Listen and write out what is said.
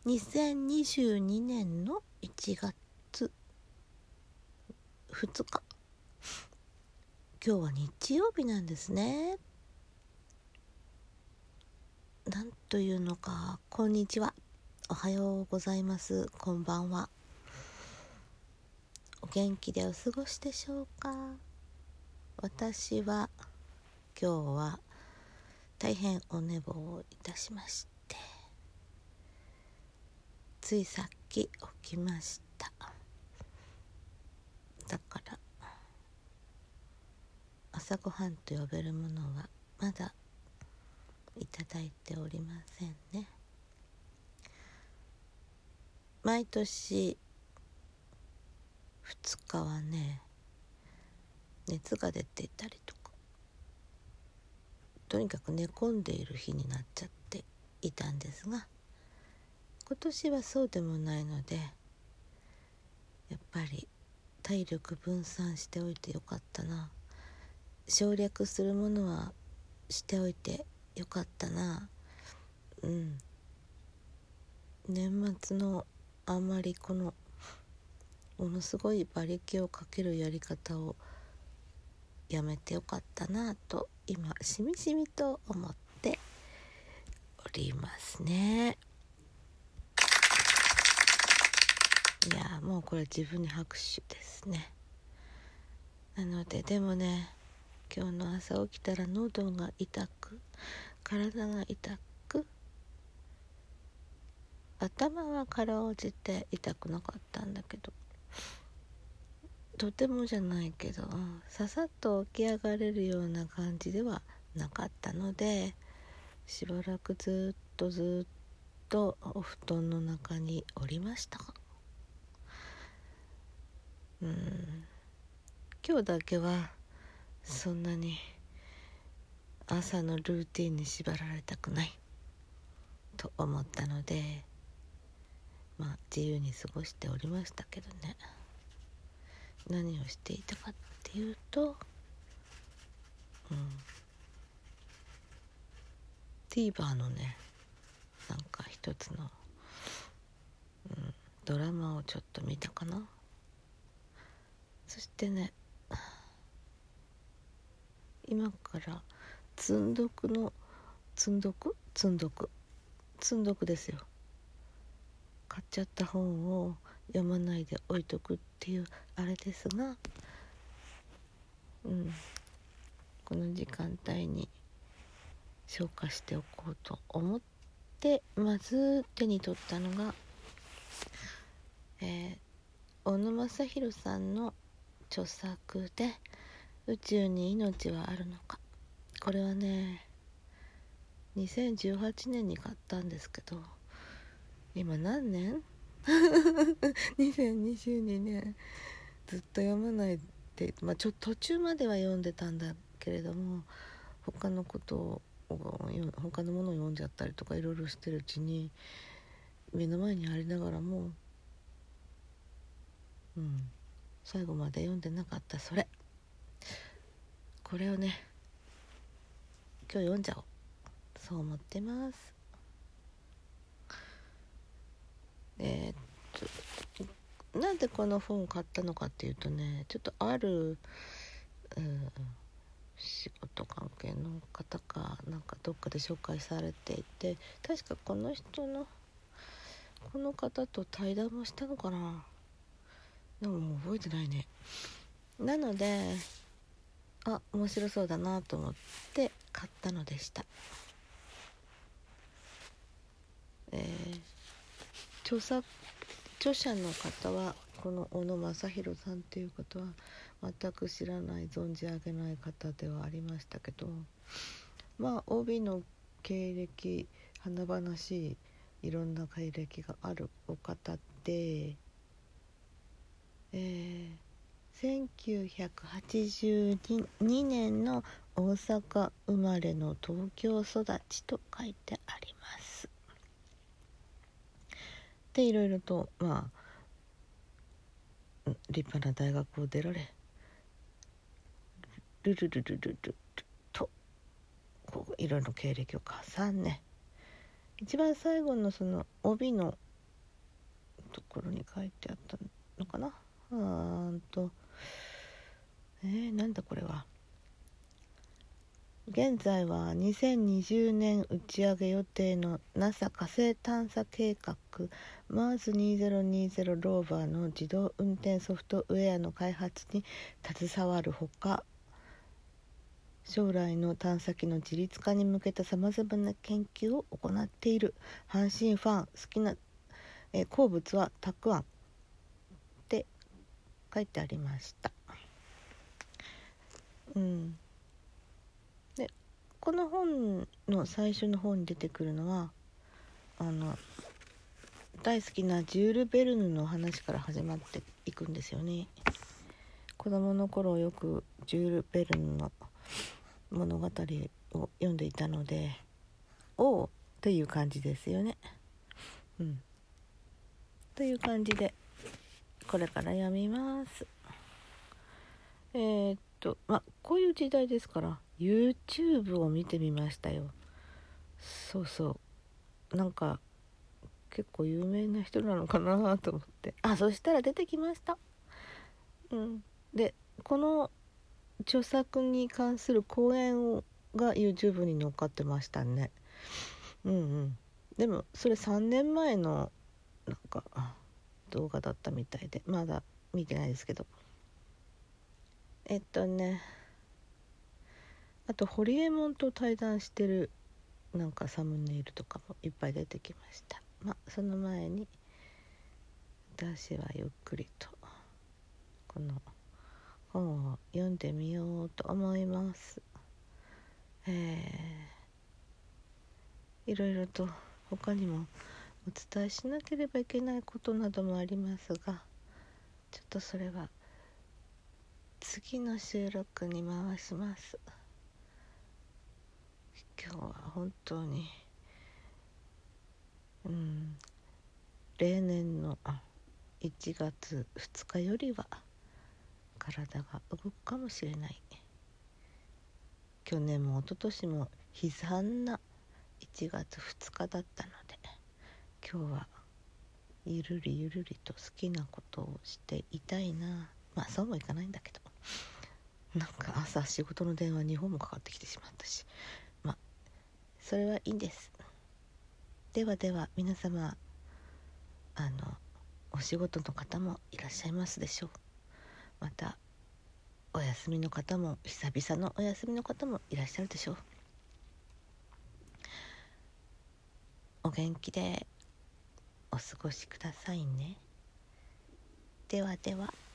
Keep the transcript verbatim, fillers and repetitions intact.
にせんにじゅうにねんのいちがつふつか、今日は日曜日なんですね。なんというのか、こんにちは、おはようございます、こんばんは。お元気でお過ごしでしょうか。私は今日は大変お寝坊をいたしまして、ついさっき起きました。だから朝ごはんと呼べるものはまだいただいておりませんね。毎年ふつかはね、熱が出ていたりとか、とにかく寝込んでいる日になっちゃっていたんですが、今年はそうでもないので、やっぱり体力分散しておいてよかったな、省略するものはしておいてよかったな。うん年末のあんまりこのものすごい馬力をかけるやり方をやめてよかったなと今しみしみと思っておりますね。いやもうこれ自分に拍手ですね。なのででもね、今日の朝起きたら喉が痛く、体が痛く、頭はかろうじて痛くなかったんだけど、とてもじゃないけどささっと起き上がれるような感じではなかったので、しばらくずっとずっとお布団の中におりました。うん今日だけはそんなに朝のルーティンに縛られたくないと思ったので、まあ自由に過ごしておりましたけどね。何をしていたかっていうと、うん、TVer のね、なんか一つの、うん、ドラマをちょっと見たかな。そしてね、今から積んどくの積んどく積んどく積んどくですよ。買っちゃった本を読まないで置いとくっていうあれですが、うんこの時間帯に消化しておこうと思って、まず手に取ったのが、えー、小野正弘さんの著作で宇宙に命はあるのか。これはねにせんじゅうはちねんに買ったんですけど、今何年にせんにじゅうにねんずっと読まないで、まあ、ちょっと途中までは読んでたんだけれども、他のことを他のものを読んじゃったりとかいろいろしてるうちに、目の前にありながらもうん最後まで読んでなかったそれこれをね今日読んじゃおう、そう思ってます。えー、っとなんでこの本を買ったのかっていうとね、ちょっとある、うん、仕事関係の方かなんかどっかで紹介されていて、確かこの人のこの方と対談もしたのかな、でももう覚えてないね。なのであ面白そうだなと思って買ったのでした。えー、著作著者の方はこの小野正弘さんっていう方は全く知らない存じ上げない方ではありましたけど、まあ帯の経歴華々しいいろんな経歴があるお方で、えー、せんきゅうひゃくはちじゅうにねんの大阪生まれの東京育ちと書いてあります。でいろいろとまあ立派な大学を出られ、ルルルルルルとこういろいろ経歴を重ね、一番最後のその帯のころに書いてあったのかな。うーんとえー、なんだこれは。現在はにせんにじゅうねん打ち上げ予定の ナサ 火星探査計画 マーズにせんにじゅうローバーの自動運転ソフトウェアの開発に携わるほか、将来の探査機の自律化に向けたさまざまな研究を行っている。阪神ファン好きな、えー、好物はたくあんって書いてありました。うんでこの本の最初の方に出てくるのは、あの大好きなジュール・ベルヌの話から始まっていくんですよね。子供の頃よくジュール・ベルヌの物語を読んでいたので、おーっていう感じですよね。うんという感じでこれから読みます。えー、っとまあこういう時代ですから YouTube を見てみましたよ。そうそうなんか結構有名な人なのかなと思って、あそしたら出てきました。うんでこの著作に関する講演が YouTube に載っかってましたね。うんうんでもそれさんねんまえのなんか動画だったみたいでまだ見てないですけど、えっとねあとホリエモンと対談してるなんかサムネイルとかもいっぱい出てきました。まあその前に私はゆっくりとこの本を読んでみようと思います。えー、いろいろと他にもお伝えしなければいけないことなどもありますが、ちょっとそれは次の収録に回します。今日は本当にうん例年のいちがつふつかよりは体が動くかもしれない。去年も一昨年も悲惨ないちがつふつかだったので、今日はゆるりゆるりと好きなことをしていたいな。まあそうもいかないんだけど、なんか朝仕事の電話にほんもかかってきてしまったし、まあそれはいいんです。ではでは皆様、あのお仕事の方もいらっしゃいますでしょう。またお休みの方も久々のお休みの方もいらっしゃるでしょう。お元気でお過ごしくださいね。ではでは。